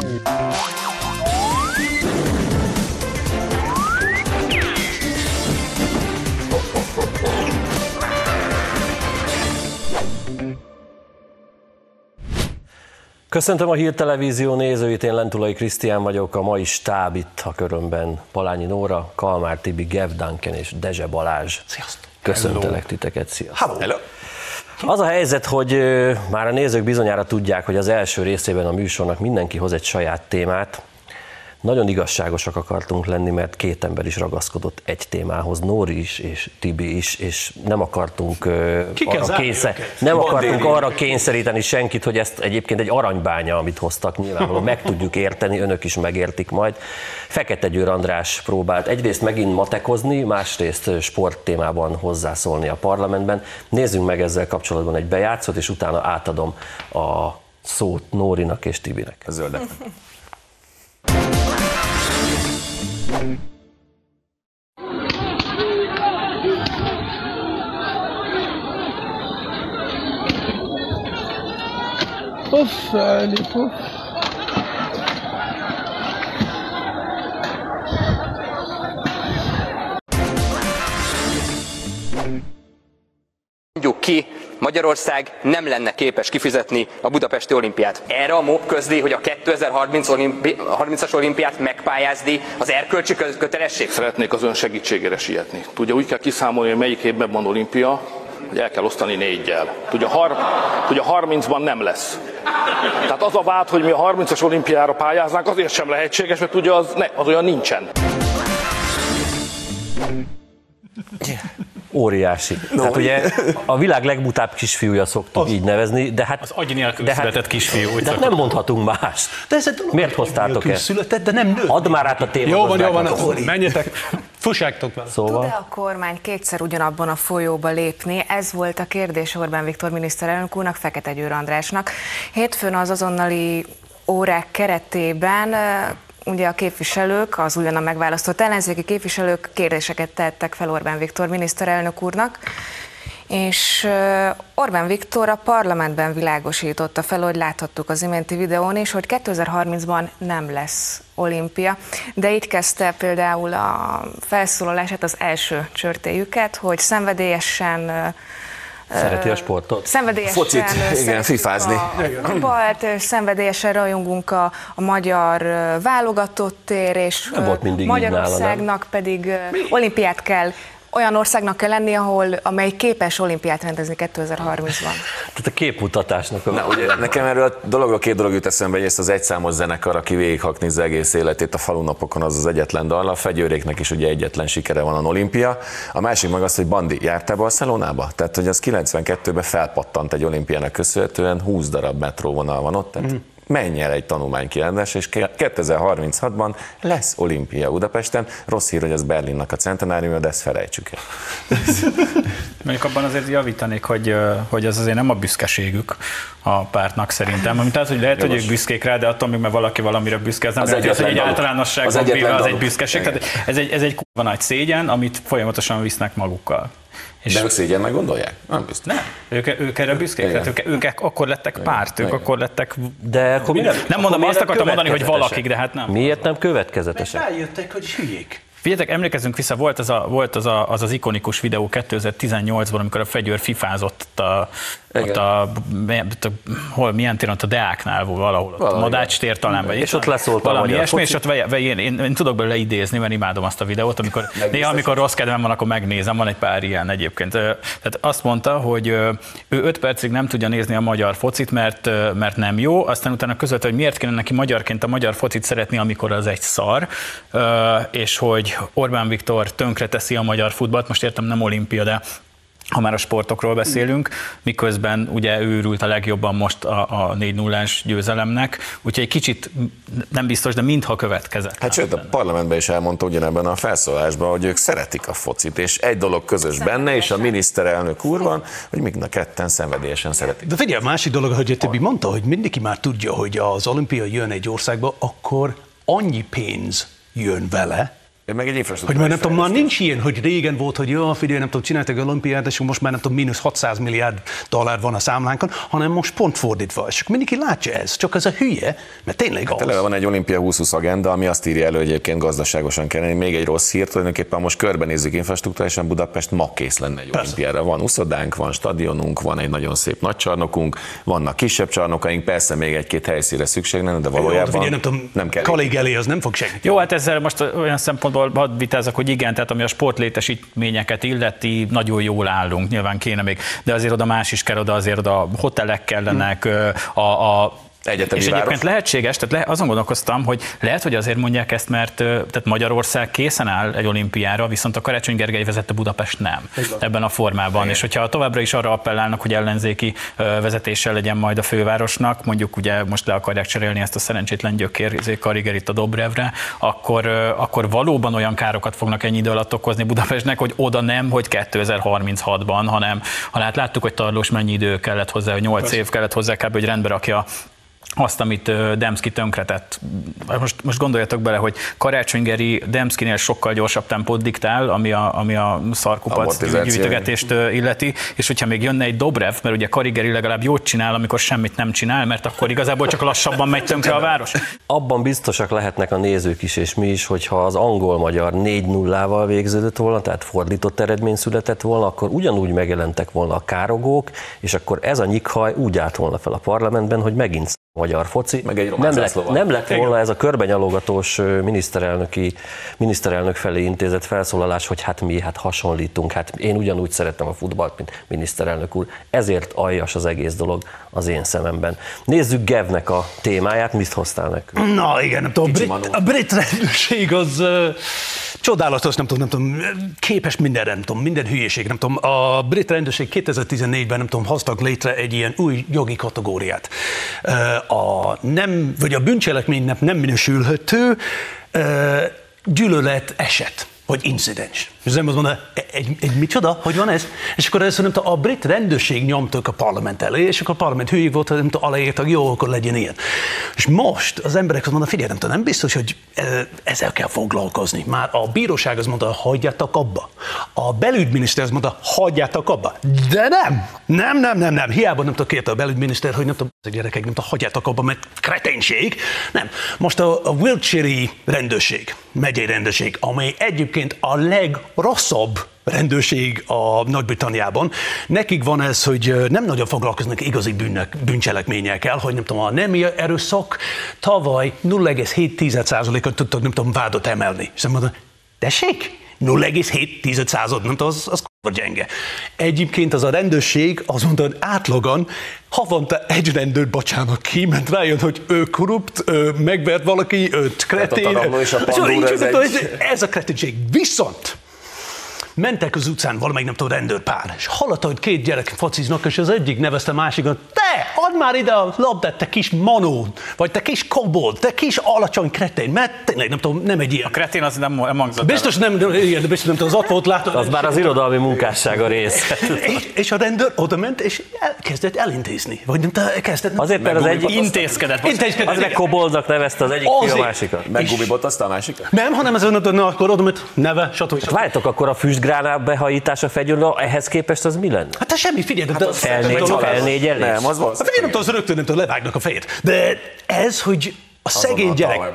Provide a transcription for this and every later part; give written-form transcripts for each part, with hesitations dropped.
Köszöntöm a Hír Televízió nézőit, én Lentulai Krisztián vagyok, a mai stáb itt a körömben. Palányi Nóra, Kalmár Tibi, Gev Duncan és Dezse Balázs. Sziasztok! Köszöntelek titeket, sziasztok! Hello. Az a helyzet, hogy már a nézők bizonyára tudják, hogy az első részében a műsornak mindenki hoz egy saját témát. Nagyon igazságosak akartunk lenni, mert két ember is ragaszkodott egy témához, Nóri is és Tibi is, és nem akartunk, arra kényszeríteni senkit, hogy ezt egyébként egy aranybánya, amit hoztak, nyilvánvalóan meg tudjuk érteni, önök is megértik majd. Fekete Győr András próbált egyrészt megint matekozni, másrészt sporttémában hozzászólni a parlamentben. Nézzünk meg ezzel kapcsolatban egy bejátszót, és utána átadom a szót Nórinak és Tibinek. A zöldek. Puff, Ali, puff. Mondjuk ki, Magyarország nem lenne képes kifizetni a budapesti olimpiát. Erre a MOP közli, hogy a 2030-as olimpiát megpályázni az erkölcsi kötelesség? Szeretnék az ön segítségére sietni. Tudja, úgy kell kiszámolni, hogy melyik évben van olimpia, hogy el kell osztani 4-jel. Tudja, 30-ban nem lesz. Tehát az a vád, hogy mi a 30-as olimpiára pályáznánk, azért sem lehetséges, mert ugye az olyan nincsen. Óriási. Tehát ugye a világ legbutább kisfiúja szoktuk így nevezni, de hát... Az agy nélkül született kisfiú. De hát nem mondhatunk mást. Miért hoztátok ezt? Született, de nem nőtt. Add már át a témát. Jó van, menjetek, fusságtok vele. Szóval... Tud-e a kormány kétszer ugyanabban a folyóba lépni? Ez volt a kérdés Orbán Viktor miniszterelnök úrnak, Fekete Győr Andrásnak. Hétfőn az azonnali órák keretében ugye a képviselők, az újonnan megválasztott ellenzéki képviselők kérdéseket tettek fel Orbán Viktor miniszterelnök úrnak, és Orbán Viktor a parlamentben világosította fel, hogy láthattuk az iménti videón is, hogy 2030-ban nem lesz olimpia, de így kezdte például a felszólalását, az első csörtéjüket, hogy szenvedélyesen Szereti a sportot? Szenvedélyesen Focit, igen, fifázni. Szenvedélyesen rajongunk a magyar válogatottért, és Magyarországnak pedig olimpiát kell, olyan országnak kell lenni, amely képes olimpiát rendezni 2030-ban. Tehát a képmutatásnak a... Na, ugye, nekem erről a dologról két dolog jut eszembe, hogy ezt az egyszámos zenekar, aki végighaknizza egész életét a falunapokon, az egyetlen dal, a Fegyőréknek is ugye egyetlen sikere van az olimpia. A másik meg az, hogy Bandi, jártál Barcelonába? Tehát, hogy az 92-ben felpattant egy olimpiának köszönhetően, 20 darab metróvonal van ott, tehát menj el egy tanulmánykiállás, és 2036-ban lesz olimpia Budapesten. Rossz hír, hogy az Berlinnek a centenáriuma, de ezt felejtsük el. Mondjuk abban azért javítanék, hogy ez azért nem a büszkeségük a pártnak szerintem. Tehát, hogy lehet, hogy ők büszkék rá, de attól még, mert valaki valamire büszke, ez nem lehet, hogy egy általánosságban véve az egy büszkeség. Tehát ez egy kurva nagy szégyen, amit folyamatosan visznek magukkal. De ők szégyennek gondolják? Nem biztos. Nem, ők erre büszkék, tehát ők akkor lettek párt, ők akkor lettek... De akkor nem mondom, azt akartam mondani, hogy valakik, de hát nem. Miért nem következetesek? Mert rájöttek, hogy hülyék. Figyeljetek, emlékezzünk vissza, volt az ikonikus videó 2018-ban, amikor a Fegyőr fifázott milyen téren, ott a Deáknál valahol, ott a Madács tér talán, vagy és ott leszólt valami ilyesmi, és ott én tudok belőle idézni, mert imádom azt a videót, amikor rossz kedvem van, akkor megnézem, van egy pár ilyen egyébként. Tehát azt mondta, hogy ő 5 percig nem tudja nézni a magyar focit, mert nem jó, aztán utána közölte, hogy miért kéne neki magyarként a magyar focit szeretni, amikor az egy szar, és hogy Orbán Viktor tönkreteszi a magyar futballt, most értem nem olimpia, de ha már a sportokról beszélünk, miközben ugye ő örült a legjobban most a 4-0-ás győzelemnek, úgyhogy egy kicsit nem biztos, de mintha következett. Hát sőt, a parlamentben is elmondta ugyanebben a felszólásban, hogy ők szeretik a focit, és egy dolog közös benne, és a miniszterelnök úr van, hogy mind a ketten szenvedélyesen szeretik. De figyelj, a másik dolog, hogy Tibi mondta, hogy mindenki már tudja, hogy az olimpia jön egy országba, akkor annyi pénz jön vele, Meg egy hogy már nem tudom, már nincs ilyen, hogy régen volt, hogy jó, figyelj, nem tudom, csináltak olimpiát, és most már nem tudom, mínusz 600 milliárd dollár van a számlánkon, hanem most pont fordítva. És mindenki látja ez, csak ez a hülye, mert tényleg az. Eleve van egy Olimpia 2020 agenda, ami azt írja elő, hogy egyébként gazdaságosan kell lenni. Még egy rossz hír, tulajdonképpen most körbenézzük infrastruktúrálisan, Budapest ma kész lenne egy olimpiára. Van uszodánk, van stadionunk, van egy nagyon szép nagy csarnokunk, vannak kisebb csarnokaink, persze még egy-két helyszínre szükség lenne, de valójában nem kell. Kalég elé az nem fog segíteni. Jó, hát ezzel most olyan szempontból hadd vitázok, hogy igen, tehát ami a sportlétesítményeket illeti, nagyon jól állunk, nyilván kéne még, de azért oda más is kell, azért oda hotelek kellenek, Egyetemi és város. egyébként lehetséges, tehát azon gondolkoztam, hogy lehet, hogy azért mondják ezt, mert tehát Magyarország készen áll egy olimpiára, viszont a Karácsony Gergely vezette Budapest nem ebben a formában. Igen. És hogyha továbbra is arra appellálnak, hogy ellenzéki vezetéssel legyen majd a fővárosnak, mondjuk ugye most le akarják cserélni ezt a szerencsétlen gyökér Karigerit a Dobrevre, akkor valóban olyan károkat fognak ennyi idő alatt okozni Budapestnek, hogy oda nem, hogy 2036-ban, hanem hát láttuk, hogy Tarlós mennyi idő kellett hozzá, hogy 8 év kellett hozzá kb. Hogy rendbe rakja azt, amit Demszky tönkretett. Most gondoljatok bele, hogy Karácsony Geri Demszkynél sokkal gyorsabb tempót diktál, ami a szarkupac gyűjtögetést illeti, és hogyha még jönne egy Dobrev, mert ugye Karigeri legalább jót csinál, amikor semmit nem csinál, mert akkor igazából csak lassabban megy tönkre a város. Abban biztosak lehetnek a nézők is, és mi is, hogyha az angol-magyar 4-0-val végződött volna, tehát fordított eredmény született volna, akkor ugyanúgy megjelentek volna a károgók, és akkor ez a nyikhaj úgy állt volna fel a parlamentben, hogy megint magyar foci. Nem lett volna ez a körbenyalogatós miniszterelnök felé intézett felszólalás, hogy hát mi hasonlítunk, hát én ugyanúgy szeretem a futballt, mint miniszterelnök úr. Ezért aljas az egész dolog az én szememben. Nézzük Gevnek a témáját, mit hoztál nekünk? Na igen, nem tudom, a brit rendőrség az csodálatos, nem tudom, képes mindenre, nem tudom, minden hülyeség, nem tudom. A brit rendőrség 2014-ben, nem tudom, hoztak létre egy ilyen új jogi kategóriát. Vagy a bűncselekménynek nem minősülhető gyűlölet eset, vagy incidens. És nem azt mondja, egy micsoda, hogy van ez? És akkor ezt nem tudom, a brit rendőrség nyomtak a parlament elé, és akkor a parlament hülyék volt, nem tudom, aláírtak, jó, akkor legyen ilyen. És most az emberek azt mondanak, figyelj, nem biztos, hogy ezzel kell foglalkozni. Már a bíróság azt mondta, hagyjátok abba. A belügyminiszter azt mondta, hagyjátok abba. De nem. Hiába nem kérte a belügyminiszter, hogy nem tudom, gyerekek, nem tudom, hagyjátok abba, mert kreténség. Nem. Most a Wiltshire-i rendőrség, megyei rendőrség, amely egyébként a legrosszabb rendőrség a Nagy-Britanniában. Nekik van ez, hogy nem nagyon foglalkoznak igazi bűncselekményekkel, hogy nem tudom, a nemi erőszak tavaly 0,7%-ot tudtak, nem tudom, vádat emelni. És mondom, tessék? 0,7%, nem tudom, az gyenge. Egyébként az a rendőrség, azt mondta, hogy átlagon havonta egy rendőrt bocsának ki, mert rájön, hogy ő korrupt, megvert valaki, őt kretén. Ez a kreténség. Viszont mentek az utcán valamelyik, nem tudom, rendőrpár, és hallotta, hogy két gyerek fociznak, és az egyik nevezte a másikon, te, add már ide a labdát, te kis manó, vagy te kis kobold, te kis alacsony kretén, mert tényleg nem tudom, nem egy ilyen. A kretén az nem hangzott. Biztos nem, igen, de biztos nem tudom, az ott volt látod. Az már az irodalmi munkássága rész. És a rendőr oda ment, és kezdett elintézni. Vagy nem kezdett. Azért, mert az egyik intézkedett. Az meg koboldnak nevezte az egyik fia a másikat. Meggumibotozta a másikat? Nem, hanem ez akkor oda ment, neve, stb. Várjátok, akkor a füstgránát behajítása fegyőn, ehhez képest az mi lenne? Hát semmi, figyelj, de felnégyelés. Nem, az volt. Figyelj, nem tudom, az rögtön nem tudom, levágnak a fejét. De ez, hogy a szegény gyerek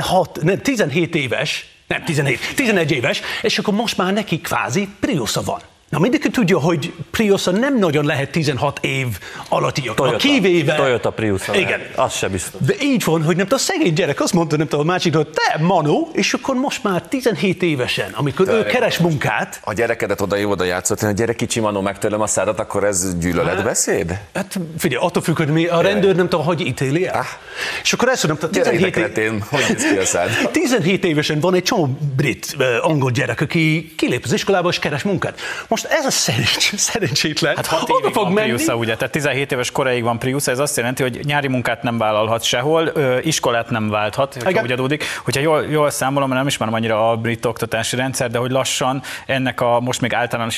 17 éves, nem 11 éves, és akkor most már neki kvázi Priusza van. Na mindenki tudja, hogy Priusza nem nagyon lehet 16 év alattiak. Kivéve... Toyota Priusza. Igen. Az se biztos. De így van, hogy nem tudom, a szegény gyerek azt mondta, nem tudom, a másik, hogy te Manu, és akkor most már 17 évesen, amikor ő keres munkát. A gyerekedet oda játszott, hogy a gyerek kicsi Manu, megtörlem a szádat, akkor ez gyűlöletbeszéd? Hát figyelj, attól függ, hogy mi a rendőr nem tudom, hogy ítéli el. És akkor ezt mondom, 17 évesen van egy csomó brit, angol gyerek, aki kilép az iskolába és keres munkát. Most most ez a szerencsétlen. Hát 6 évig van Priusza, ugye, tehát 17 éves koráig van Priusza, ez azt jelenti, hogy nyári munkát nem vállalhat sehol, iskolát nem válthat, hogyha úgy adódik. Hogyha jól számolom, mert nem ismerem annyira a brit oktatási rendszer, de hogy lassan ennek a most még általános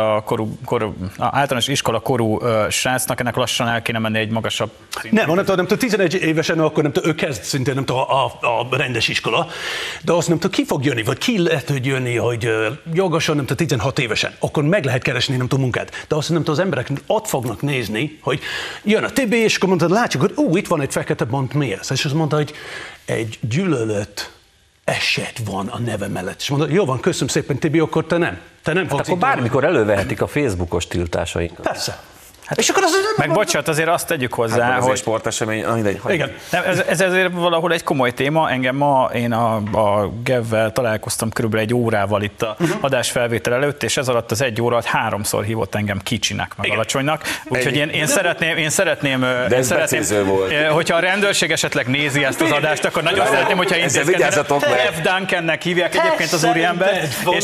iskola korú srácnak ennek lassan el kéne menni egy magasabb szintű. Nem tudom, 11 évesen, akkor nem tudom, ő kezd szintén nem tudom, a rendes iskola, de azt nem tudom, ki fog jönni, vagy ki lehet, hogy jönni, hogy jogosan, nem tudom, 16 évesen, akkor meg lehet keresni, nem tudom, munkát. De azt nem tudom, az emberek ott fognak nézni, hogy jön a TB, és akkor mondta, látjuk, hogy itt van egy fekete pont, mi ez? És azt mondta, hogy egy gyűlölet eset van a neve mellett. És mondta, jó van, köszönöm szépen, Tibi, akkor te nem fogsz. Akkor bármikor elővehetik a Facebookos tiltásainkat. Persze. És akkor meg bocsánat, azért azt tegyük hozzá, hát, hogy... sportesemény, igen. Nem, ez azért valahol egy komoly téma. Engem én a Gevvel találkoztam körülbelül egy órával itt a adásfelvétel előtt, és ez alatt az 1 óra alatt 3-szor hívott engem kicsinek, meg alacsonynak. Úgyhogy én szeretném, hogyha a rendőrség esetleg nézi ezt az adást, akkor nagyon szeretném, hogyha intézkednek. F. Duncannek hívják egyébként az úriember,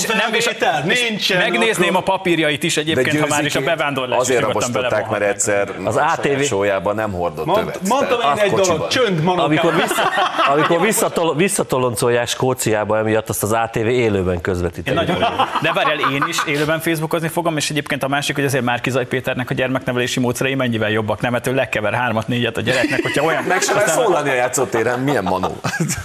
és megnézném a papírjait is egyébként, ha már is a bevándorlás is nyugodtan bele. Mert egyszer az ATV sójában nem hordott tövet. Mondtam én egy dolog, csönd manokát. Amikor visszatoloncolják Skóciába emiatt, azt az ATV élőben közvetíteni. De várjál, én is élőben Facebookozni fogom, és egyébként a másik, hogy azért Márki-Zay Péternek a gyermeknevelési módszerei mennyivel jobbak, nem, mert ő lekever 3-4-et a gyereknek, hogyha olyan... Meg sem lehet szólalni a játszótéren, milyen manó.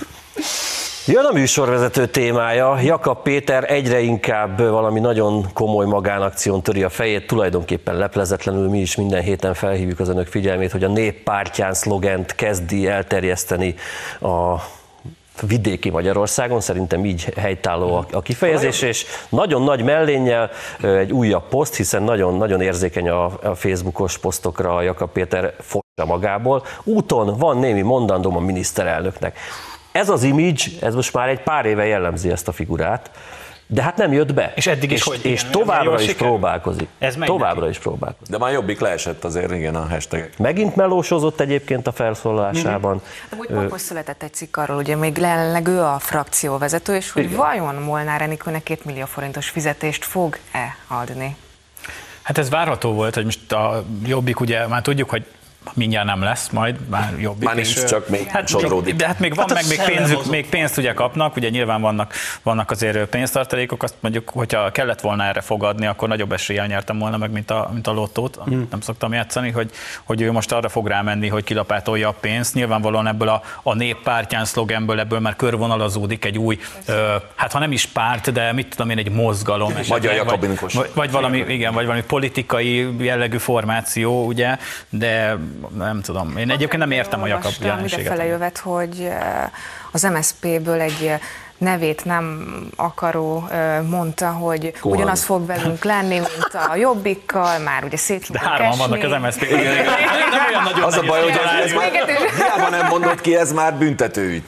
Jön a műsorvezető témája. Jakab Péter egyre inkább valami nagyon komoly magánakción töri a fejét, tulajdonképpen leplezetlenül. Mi is minden héten felhívjuk az önök figyelmét, hogy a Néppártyán szlogent kezdi elterjeszteni a vidéki Magyarországon, szerintem így helytálló a kifejezés, és nagyon nagy mellénnyel egy újabb poszt, hiszen nagyon érzékeny a Facebookos posztokra a Jakab Péter fossa magából. Úton van némi mondandóm a miniszterelnöknek. Ez az image, ez most már egy pár éve jellemzi ezt a figurát, de hát nem jött be. És eddig is és továbbra is próbálkozik. Továbbra is próbálkozik. De már Jobbik leesett azért, igen, a hashtag. Megint melósozott egyébként a felszólalásában. Úgy most született egy cikk arról, ugye még jelenleg ő a frakcióvezető, és hogy vajon Molnár Enikőnek 2 millió forintos fizetést fog-e adni? Hát ez várható volt, hogy most a Jobbik, ugye már tudjuk, hogy mindjárt nem lesz, majd már Jobbik. Már nincs, csak még sodródik. De hát még van, még pénzt ugye kapnak, ugye nyilván vannak azért pénztartalékok, azt mondjuk, hogyha kellett volna erre fogadni, akkor nagyobb eséllyel nyertem volna meg, mint a lottót, amit nem szoktam játszani, hogy ő most arra fog rámenni, hogy kilapátolja a pénzt. Nyilvánvalóan ebből a Néppártyán szlogenből ebből már körvonalazódik egy új, hát ha nem is párt, de mit tudom én, egy mozgalom. Magyar Jakabinkus. Vagy valami politikai jellegű formáció, ugye, de nem tudom. Én egyébként nem értem a Jakab jelenséget. Idefele jövet, hogy az MSZP-ből egy nevét nem akaró mondta, hogy ugyanaz fog velünk lenni, mint a Jobbikkal, már ugye szét fogunk esni. De 3-an vannak az MSZP-ben. Nem olyan nagyon az a baj, hogy ez már hiába nem mondott ki, ez már büntetőügy.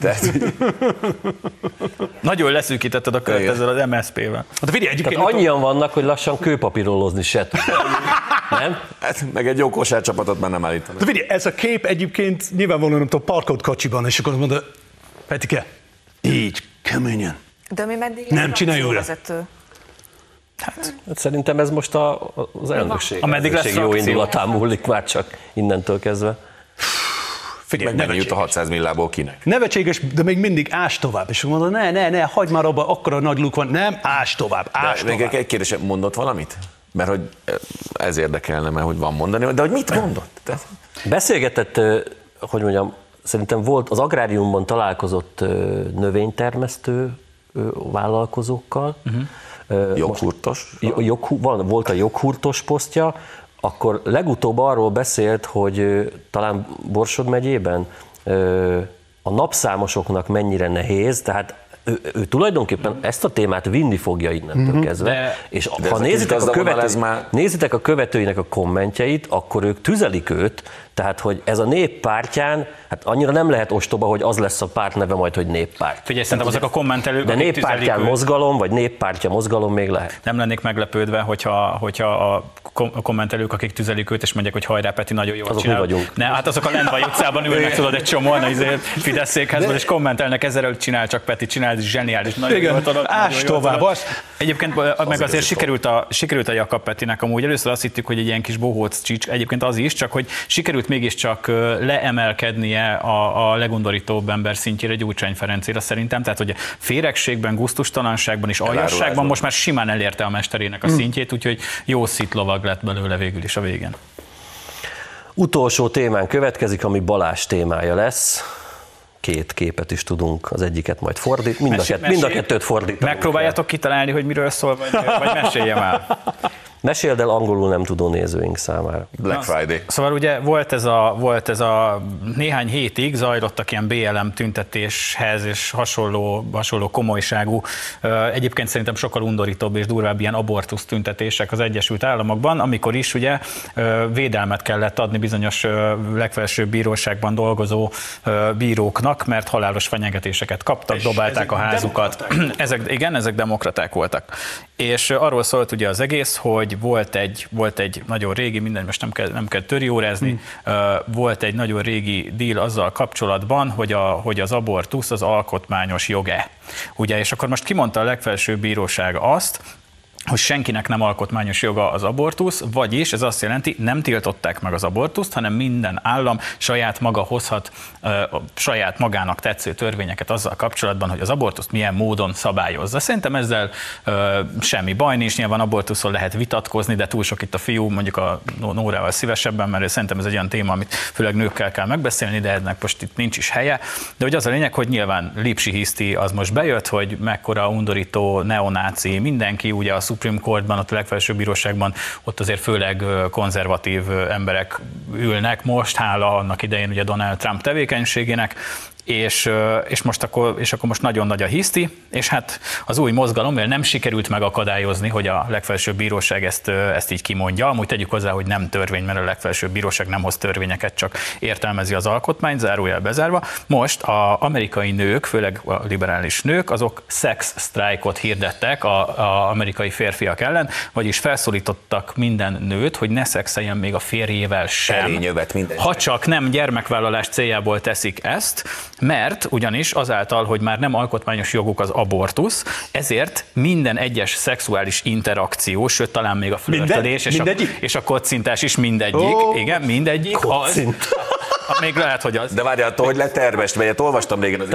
Nagyon leszűkítetted a kört ezzel az MSZP-vel. Tehát annyian vannak, hogy lassan kőpapírolózni se tud. Nem? Hát, meg egy jó kosárcsapatot már nem állítanak. De figyelj, ez a kép egyébként nyilvánvalóan nem tudom, parkolt kocsiban, és akkor mondod, Petike, így, keményen. De mi meddig nem csinálj újra. Hát szerintem ez most az elnökség jó jó indulatán múlik már csak innentől kezdve. Figyelj, meg jut a 600 millából kinek. Nevetséges, de még mindig ás tovább. És mondod, ne, hagyd már abba, akkora nagy luk van. Nem, ás tovább. Még egy kérdés, mondott valamit? Mert hogy ez érdekelne, mert hogy van mondani, de hogy mit mondott? Beszélgetett, hogy mondjam, szerintem volt, az agráriumban találkozott növénytermesztő vállalkozókkal. Joghurtos? Volt a joghurtos posztja, akkor legutóbb arról beszélt, hogy talán Borsod megyében a napszámosoknak mennyire nehéz, tehát ő tulajdonképpen ezt a témát vinni fogja innentől kezdve, és ha nézitek a követőinek a kommentjeit, akkor ők tüzelik őt, tehát hogy ez a Néppártyán, hát annyira nem lehet ostoba, hogy az lesz a párt neve majd, hogy Néppárt. Figyelj, szerintem azok a kommentelők, de Néppártyán mozgalom, vagy Néppártya mozgalom még lehet. Nem lennék meglepődve, hogyha a kommentelők, akik tüzelik őt, és mondják, hogy hajrá Peti, nagyon jól azok csinál. mi vagyunk. Ne, hát azok a Lendvai utcában ülnek, tudod, egy csomóan azért Fidesz székházban, és kommentelnek ezzel, csinál csak Peti, csinál, ez zseniális. Igen, ás tovább. Egyébként meg azért sikerült a Jakab Petinek amúgy. Először azt hittük, hogy egy ilyen kis bohóc csícs, egyébként az is, csak hogy sikerült mégiscsak leemelkednie a legundorítóbb ember szintjére Gyurcsány Ferencére szerintem, tehát hogy a féregségben, gusztustalanságban és aljasságban most már simán elérte a mesterének a szintjét, úgyhogy jó szitlovag lett belőle végül is a végén. Utolsó témán következik, ami Balázs témája lesz. 2 képet is tudunk, az egyiket majd fordítani, mind a kettőt fordítunk. Megpróbáljátok kitalálni, hogy miről szól, vagy meséljem el. Meséld el angolul nem tudó nézőink számára. Black Friday. Szóval ugye volt ez a néhány hétig zajlottak ilyen BLM tüntetéshez és hasonló komolyságú, egyébként szerintem sokkal undorítóbb és durvább ilyen abortusz tüntetések az Egyesült Államokban, amikor is ugye védelmet kellett adni bizonyos legfelsőbb bíróságban dolgozó bíróknak, mert halálos fenyegetéseket kaptak, és dobálták a házukat. Ezek demokraták voltak. És arról szólt ugye az egész, hogy volt egy nagyon régi, minden most nem kell töriórázni, volt egy nagyon régi deal azzal kapcsolatban, hogy az abortusz az alkotmányos jog-e. Ugye, és akkor most kimondta a legfelsőbb bíróság azt, hogy senkinek nem alkotmányos joga az abortusz, vagyis ez azt jelenti, nem tiltották meg az abortuszt, hanem minden állam saját maga hozhat saját magának tetsző törvényeket azzal kapcsolatban, hogy az abortuszt milyen módon szabályozza. Szerintem ezzel semmi baj nincs, nyilván abortuszon lehet vitatkozni, de túl sok itt a fiú, mondjuk a Nórával szívesebben, mert szerintem ez egy olyan téma, amit főleg nőkkel kell megbeszélni, de ennek most itt nincs is helye. De hogy az a lényeg, hogy nyilván Lipsi hiszti az most bejött, hogy mekkora undorító, neonáci, mindenki, ugye a Supreme Courtban, ott a legfelsőbb bíróságban, ott azért főleg konzervatív emberek ülnek most, hála annak idején ugye Donald Trump tevékenységének, és akkor most nagyon nagy a hiszti, és hát az új mozgalom, mert nem sikerült megakadályozni, hogy a legfelsőbb bíróság ezt így kimondja. Amúgy tegyük hozzá, hogy nem törvény, mert a legfelsőbb bíróság nem hoz törvényeket, csak értelmezi az alkotmányt, zárójel bezárva. Most az amerikai nők, főleg a liberális nők, azok sex strike-ot hirdettek az amerikai férfiak ellen, vagyis felszólítottak minden nőt, hogy ne szexeljen még a férjével sem, ha csak nem gyermekvállalás céljából teszik ezt, mert ugyanis azáltal, hogy már nem alkotmányos joguk az abortusz, ezért minden egyes szexuális interakció, sőt talán még a flörtölés és a kocintás is mindegyik. Igen, mindegyik. Még lehet, hogy az. De várjál, hogy lett tervest, mert olvastam régen az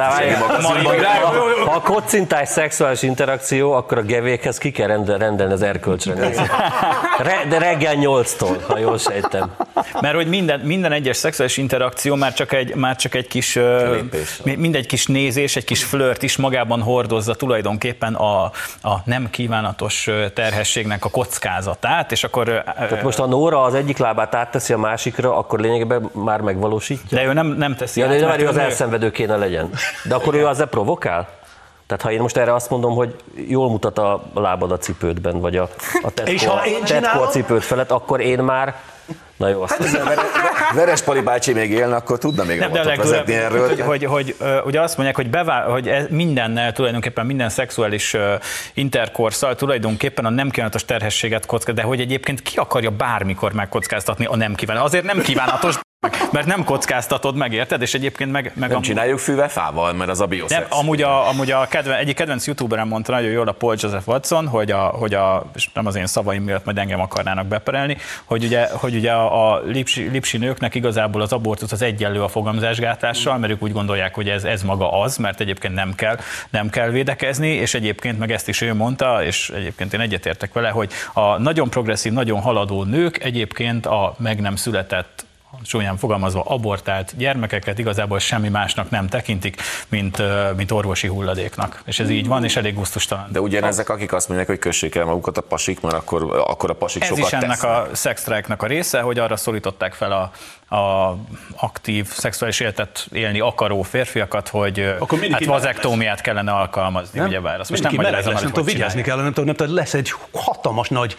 Ha a kocintás szexuális interakció, akkor a gevékhez ki kell rendelni az erkölcsrendezést. De reggel 8-tól, ha jól sejtem. Mert hogy minden egyes szexuális interakció már csak egy kis, mindegy kis nézés, egy kis flört is magában hordozza tulajdonképpen a nem kívánatos terhességnek a kockázatát, és akkor... Tehát most a Nóra az egyik lábát átteszi a másikra, akkor lényegében már megvalósítja. De ő nem teszi át. Ja, ő az elszenvedő kéne legyen. De akkor ő azzal provokál? Tehát ha én most erre azt mondom, hogy jól mutat a lábad a cipődben, vagy a tetkó a cipőd felett, akkor én már... Na jó, azt Veres Pali bácsi még élne, akkor tudna még robotot vezetni erről. Hogy ugye azt mondják, hogy mindennel, tulajdonképpen minden szexuális interkorszal tulajdonképpen a nem kívánatos terhességet kockáztat, de hogy egyébként ki akarja bármikor megkockáztatni a nem kívánatos. Azért nem kívánatos, mert nem kockáztatod meg, érted? És egyébként meg nem csináljuk fűvel fával, mert az a bioszex. Amúgy egyik kedvenc youtuberem mondta nagyon jól, a Paul Joseph Watson, hogy és nem az én szavaim miatt majd engem akarnának beperelni, hogy ugye a lipsi nőknek igazából az abortusz az egyenlő a fogamzásgátlással, mert ők úgy gondolják, hogy ez maga az, mert egyébként nem kell védekezni, és egyébként meg ezt is ő mondta, és egyébként én egyetértek vele, hogy a nagyon progresszív, nagyon haladó nők egyébként a meg nem született, csúnyán fogalmazva abortált gyermekeket igazából semmi másnak nem tekintik, mint orvosi hulladéknak. És ez így van, és elég gusztustalan. De ugyanezek, akik azt mondják, hogy kössék el magukat a pasik, mert akkor a pasik ez sokat tesznek. Ez is ennek a sex strike-nak a része, hogy arra szólították fel a aktív szexuális életet élni akaró férfiakat, hogy hát vazektómiát kellene alkalmazni, ugyebár. Azt most nem magyarázom, nem tudom, vigyázni kellene, nem tudom, lesz egy hatalmas nagy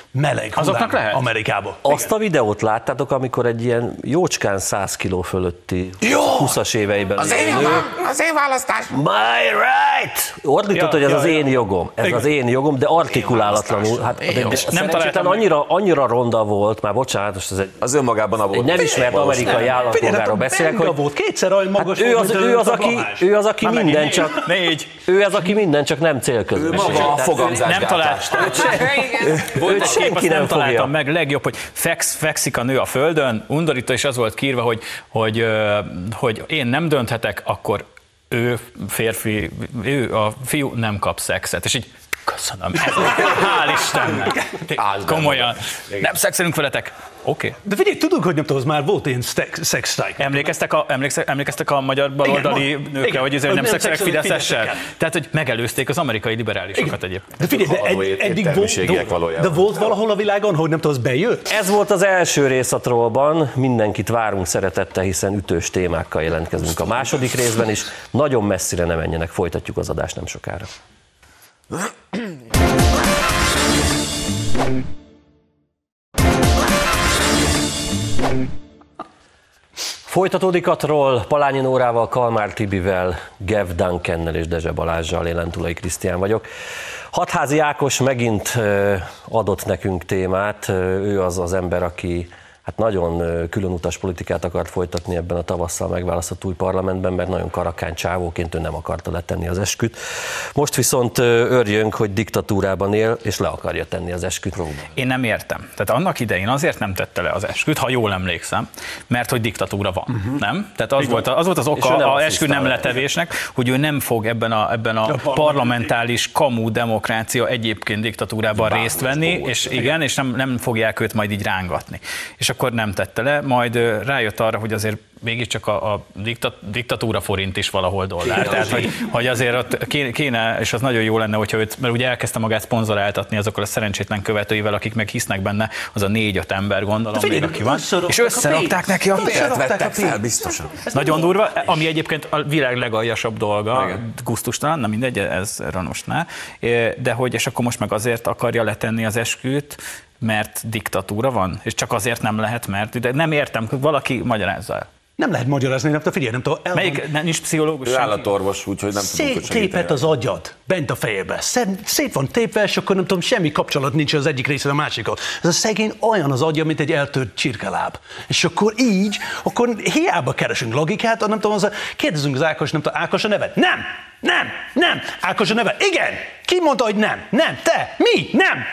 meleg Azoknak hullám lehet? Amerikába. Azt a videót láttátok, amikor egy ilyen jócskán 100 kiló fölötti 20-as éveiben Az én választás! My right! Ordított, hogy ez az én jogom. Ez az én jogom, de artikulálatlanul. Hát, Nem találtam annyira ronda volt, már bocsánat, most ez Az önmagában a egy nem ismert amerikai állampolgárról beszélek, hogy volt kétszer olyan magas ő az, aki Már minden megint csak... négy. Ő az, aki minden csak nem célközönség. Maga a Nem fogamzásgátlás. Őt senki azt nem nem találtam fogja. meg, legjobb, hogy fekszik a nő a földön, undorító, és az volt kiírva, hogy én nem dönthetek, akkor ő férfi, ő a fiú nem kap szexet. És így köszönöm. Hál' Istennek. Komolyan. Nem szexelünk veletek. Oké. De figyelj, tudunk, hogy nem tudom, az már volt ilyen sex strike. Emlékeztek a magyar baloldali nőkre, igen, hogy hogy nem nem szexelek szexelnek fideszessel? fideszekkel. Tehát, hogy megelőzték az amerikai liberálisokat egyébként. De figyelj, Értelmiségiek valójában. de volt valahol a világon, hogy nem tudom, az bejött? Ez volt az első rész a Trollban, mindenkit várunk szeretettel, hiszen ütős témákkal jelentkezünk a második részben is. Nagyon messzire ne menjenek, folytatjuk az adást nem sokára. Folytatódik a Troll, Palányi Nórával, Kalmár Tibivel, Gev Duncannel és Dezse Balázssal, én Lentulai Krisztián vagyok. Hatházi Ákos megint adott nekünk témát, ő az az ember, aki hát nagyon különutas politikát akart folytatni ebben a tavasszal megválasztott új parlamentben, mert nagyon karakány csávóként ő nem akarta letenni az esküt. Most viszont örjönk, hogy diktatúrában él, és le akarja tenni az esküt. Én nem értem. Tehát annak idején azért nem tette le az esküt, ha jól emlékszem, mert hogy diktatúra van, nem? Tehát az volt az oka az eskü nem letevésnek, hogy ő nem fog ebben a parlamentális kamu demokrácia egyébként diktatúrában részt venni, és igen, és nem fogják őt majd így rángatni. És akkor nem tette le, majd rájött arra, hogy azért mégiscsak a diktatúra forint is valahol dollár. Tehát, hogy azért ott kéne, és az nagyon jó lenne, hogyha őt, mert ugye elkezdte magát szponzoráltatni azokkal a szerencsétlen követőivel, akik meg hisznek benne, az a 4-5 ember, gondolom, még aki van. És összerakták neki a pénzt. Vettek fel, biztosan. Nagyon durva, ami egyébként a világ legaljasabb dolga, gusztustalan, na mindegy, ez most ne. De hogy, és akkor most meg azért akarja letenni az esküt, mert diktatúra van, és csak azért nem lehet, mert de nem értem, hogy valaki magyarázza el. Nem lehet magyarázni, nem tudom, figyelj, nem tudom. Nincs pszichológus? Ő állatorvos, úgyhogy nem tudunk, hogy Széttépett az agyad, bent a fejébe. Szét van tépve, és akkor nem tudom, semmi kapcsolat nincs az egyik részre a másikon. Ez a szegény olyan az agya, mint egy eltört csirkeláb. És akkor így, akkor hiába keresünk logikát, nem tudom, kérdezünk az Ákos, nem tudom, Ákos a neved? Nem! Ákos a neve? Igen! Ki mondta, hogy nem? Nem! Te! Mi?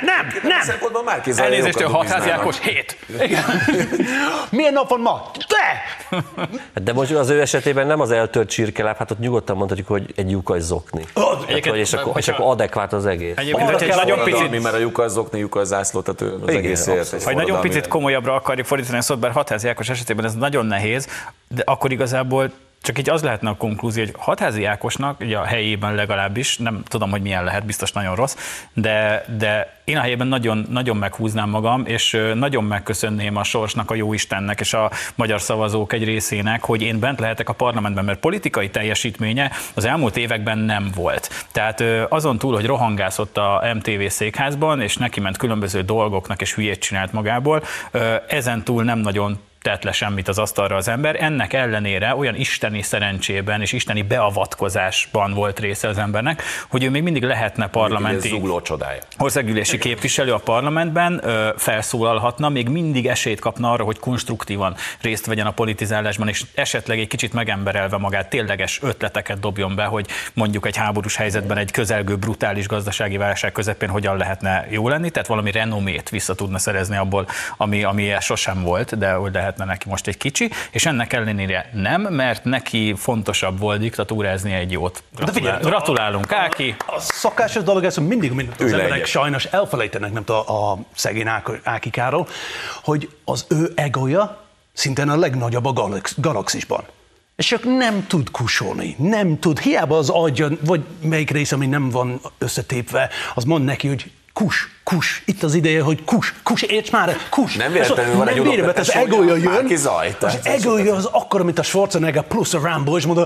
Nem! Elnézést, a Hatházi Ákos 7. Igen. Milyen nap van ma? Te! De most az ő esetében nem az eltört csirkeláb, hát ott nyugodtan mondhatjuk, hogy egy lyukas zokni. És akkor adekvát az egész. Egyébként, hogy egy nagyon picit, mert a lyukas zokni, lyukas zászló, tehát ő az egészért. hogy nagyon picit komolyabbra akarjuk fordítani a szót, bár Hatházi Ákos esetében ez nagyon nehéz, de akkor igazából csak így az lehetne a konklúzió, hogy Hatházi Ákosnak, ugye a helyében legalábbis, nem tudom, hogy milyen lehet, biztos nagyon rossz, de én a helyében nagyon, nagyon meghúznám magam, és nagyon megköszönném a sorsnak, a jóistennek és a magyar szavazók egy részének, hogy én bent lehetek a parlamentben, mert politikai teljesítménye az elmúlt években nem volt. Tehát azon túl, hogy rohangászott a MTV székházban, és neki ment különböző dolgoknak, és hülyét csinált magából, ezen túl nem nagyon tett le semmit az asztalra az ember. Ennek ellenére olyan isteni szerencsében és isteni beavatkozásban volt része az embernek, hogy ő még mindig lehetne parlamenti zugló csodája. országgyűlési képviselő a parlamentben, felszólalhatna, még mindig esélyt kapna arra, hogy konstruktívan részt vegyen a politizálásban, és esetleg egy kicsit megemberelve magát tényleges ötleteket dobjon be, hogy mondjuk egy háborús helyzetben, egy közelgő brutális gazdasági válság közepén hogyan lehetne jó lenni, tehát valami renomét vissza tudna szerezni abból, ami sosem volt, de hogy lehetne neki most egy kicsi, és ennek ellenére nem, mert neki fontosabb volt diktatúrázni egy jót. Gratulálunk, Áki! A szokásos dolog ez, hogy mindig az emberek sajnos elfelejtenek, nem tudom, a szegény Ákikáról, hogy az ő egója szintén a legnagyobb a galaxisban. És csak nem tud kusolni, nem tud, hiába az agya, vagy melyik része, ami nem van összetépve, az mond neki, hogy kus, itt az ideje, hogy kus, érts már, kus. Nem véletlenül van egy unoka, az egója jön, az egója az akkora, mint a Schwarzenegger plusz a Rambo, és mondja,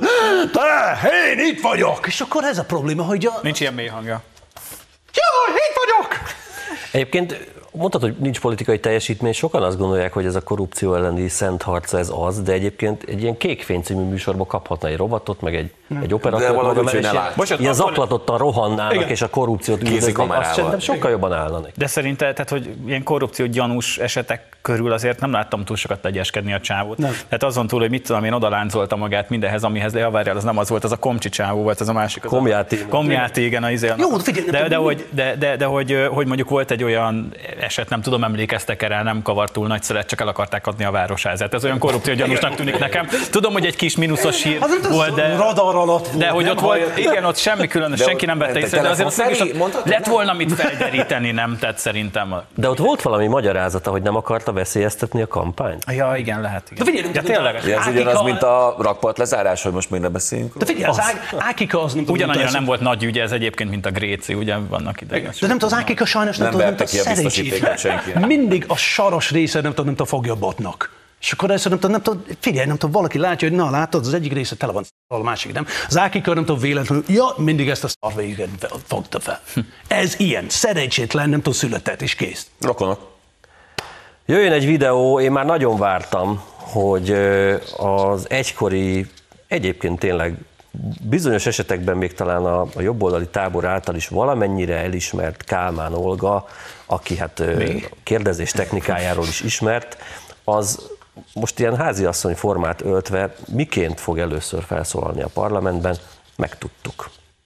én itt vagyok. És akkor ez a probléma, hogy nincs ilyen mély hangja. Jaj, itt vagyok! Egyébként mondtad, hogy nincs politikai teljesítmény, sokan azt gondolják, hogy ez a korrupció elleni szent harc ez az, de egyébként egy ilyen Kékfény című műsorba kaphatna egy rovatot, meg egy operatőrt maga, mert ilyen zaklatottan rohannának, igen, és a korrupciót üldözik, azt szerintem sokkal jobban állnak. De szerintem, tehát, hogy ilyen korrupció gyanús esetek körül azért nem láttam túl sokat legyeskedni a csávót. Nem. Tehát azon túl, hogy mit tudom, én odaláncolta magát mindenhez, amihez lejavárjál, az nem az volt, az a Komcsi csávó volt, az a másik. Komjáti, igen, az izé. De hogy mondjuk volt egy olyan eset, nem tudom, emlékeztek erre, nem kavart túl nagy szelet, csak el akarták adni a városházát. Ez olyan korrupció gyanúsnak tűnik nekem. Tudom, hogy egy kis mínuszos hír volt, de radar alatt de hogy ott volt, igen, ott semmi különös, senki nem vette észre, de azért lett volna mit felderíteni, nem tett szerintem. De ott volt valami magyarázata, hogy nem akarta veszélyeztetni a kampányt? Ja, igen, lehet. Igen. De tényleg. Ez ugyanaz, mint a rakpart lezárás, hogy most még nem beszélünk. De figyelj, az Ákika az nem tudom. Ugyanannyira nem volt nagy ügy ez egyébként, mint a Gréci, ugye vannak ideges. De nem tudom, az Ákika sajnos nem tudom, mint a szerencsétlen. Mindig a saros része nem tudom, a fogja botnak. És akkor ezt nem tudom, figyelj, nem tudom, valaki látja, hogy na látod, az egyik része tele van, a másik nem. Az Ákika nem tudom véletlenül, ja, mindig ezt a szar végig fogta fel. Ez ilyen, szerencsétlen, nem tudom, született, és kész. Rokonok. Jöjjön egy videó, én már nagyon vártam, hogy az egykori, egyébként tényleg bizonyos esetekben még talán a jobboldali tábor által is valamennyire elismert Kálmán Olga, aki hát kérdezés technikájáról is ismert, az most ilyen háziasszony formát öltve miként fog először felszólalni a parlamentben, megtudtuk.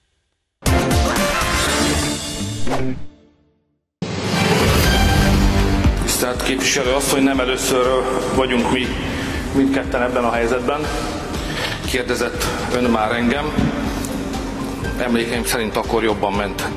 Tisztelt képviselő asszony, nem először vagyunk mi mindketten ebben a helyzetben. Kérdezett ön már engem. Emlékeim szerint akkor jobban ment.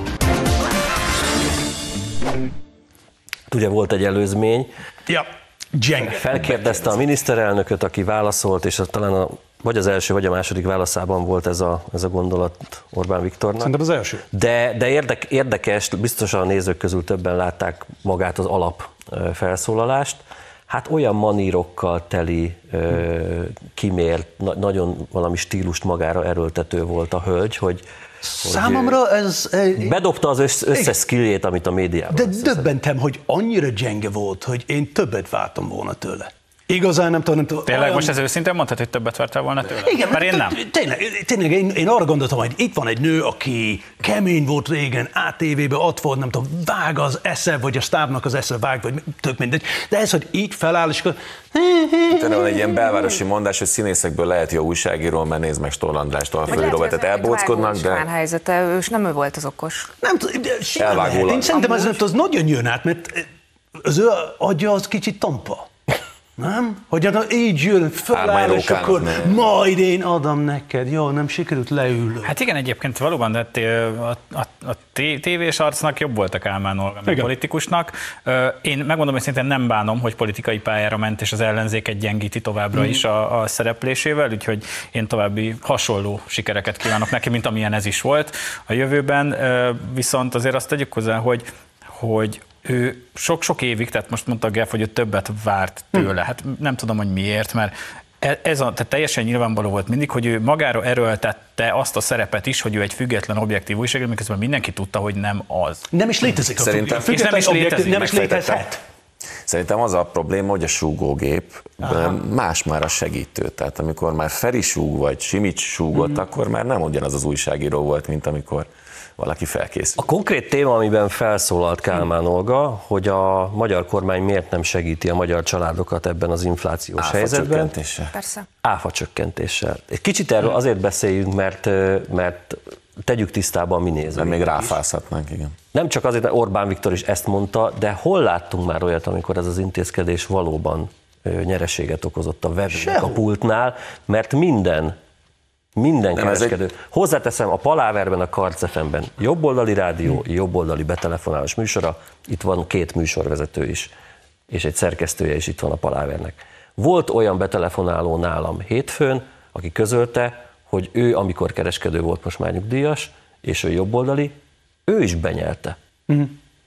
Ugye volt egy előzmény. Ja. Gyenge. Felkérdezte a miniszterelnököt, aki válaszolt, és talán vagy az első, vagy a második válaszában volt ez a gondolat Orbán Viktornak. Szerintem az első. De érdekes, biztosan a nézők közül többen látták magát az alap felszólalást. Hát olyan manírokkal teli, kimért, nagyon valami stílust magára erőltető volt a hölgy, hogy számomra ez... bedobta az összes skilljét, amit a médiában. De döbbentem, hogy annyira gyenge volt, hogy én többet vártam volna tőle. Igazán nem tudom. Tényleg olyan... most ez őszintén mondtad, hogy többet vártál volna tőle? Igen, mert én nem. Tényleg én arra gondoltam, hogy itt van egy nő, aki kemény volt régen, ATV-be ott volt, nem tudom, vág az esze, vagy a stábnak az esze vág, vagy tök mindegy. De ez, hogy így feláll, és akkor... Tényleg van egy ilyen belvárosi mondás, hogy színészekből lehet jó újságíró, mert nézd meg Stoll Andrást, Alföldi Robertet elbóckodnak, de... helyzete, ő nem ő volt az okos. Nem tudom, én szerintem az nagyon jön át, mert az ő agya az kicsit tompa. Nem? Hogy így jön, föláll, és akkor majd én adom neked. Jó, nem sikerült, leülök. Hát igen, egyébként valóban, de a tévés arcnak jobb volt a Kálmán Olga, mint politikusnak. Én megmondom, hogy szintén nem bánom, hogy politikai pályára ment, és az ellenzéket gyengíti továbbra is a szereplésével, úgyhogy én további hasonló sikereket kívánok neki, mint amilyen ez is volt a jövőben. Viszont azért azt tegyük hozzá, hogy ő sok-sok évig, tehát most mondta Geff, hogy ő többet várt tőle. Hát nem tudom, hogy miért, mert tehát teljesen nyilvánvaló volt mindig, hogy ő magára erőltette azt a szerepet is, hogy ő egy független, objektív újságíró, miközben mindenki tudta, hogy nem az. Nem is létezik. Szerintem nem is létezik. Nem is létezhet. Szerintem az a probléma, hogy a súgógép más már a segítő. Tehát amikor már Feri súg, vagy Simics súgott, akkor már nem ugyanaz az újságíró volt, mint amikor valaki felkészül. A konkrét téma, amiben felszólalt Kálmán Olga, hogy a magyar kormány miért nem segíti a magyar családokat ebben az inflációs helyzetben. Csökkentéssel. Persze. Áfa csökkentéssel. Egy kicsit erről azért beszéljünk, mert tegyük tisztába a mi nézőink. Még ráfázhatnánk, igen. Nem csak azért, mert Orbán Viktor is ezt mondta, de hol láttunk már olyat, amikor ez az intézkedés valóban nyereséget okozott a webnek a pultnál, mert minden kereskedő. Hozzáteszem, a Paláverben, a Karc FM-ben jobboldali rádió, jobboldali betelefonálós műsora, itt van 2 műsorvezető is, és egy szerkesztője is itt van a Palávernek. Volt olyan betelefonáló nálam hétfőn, aki közölte, hogy ő, amikor kereskedő volt, most már nyugdíjas, és ő jobboldali, ő is benyelte.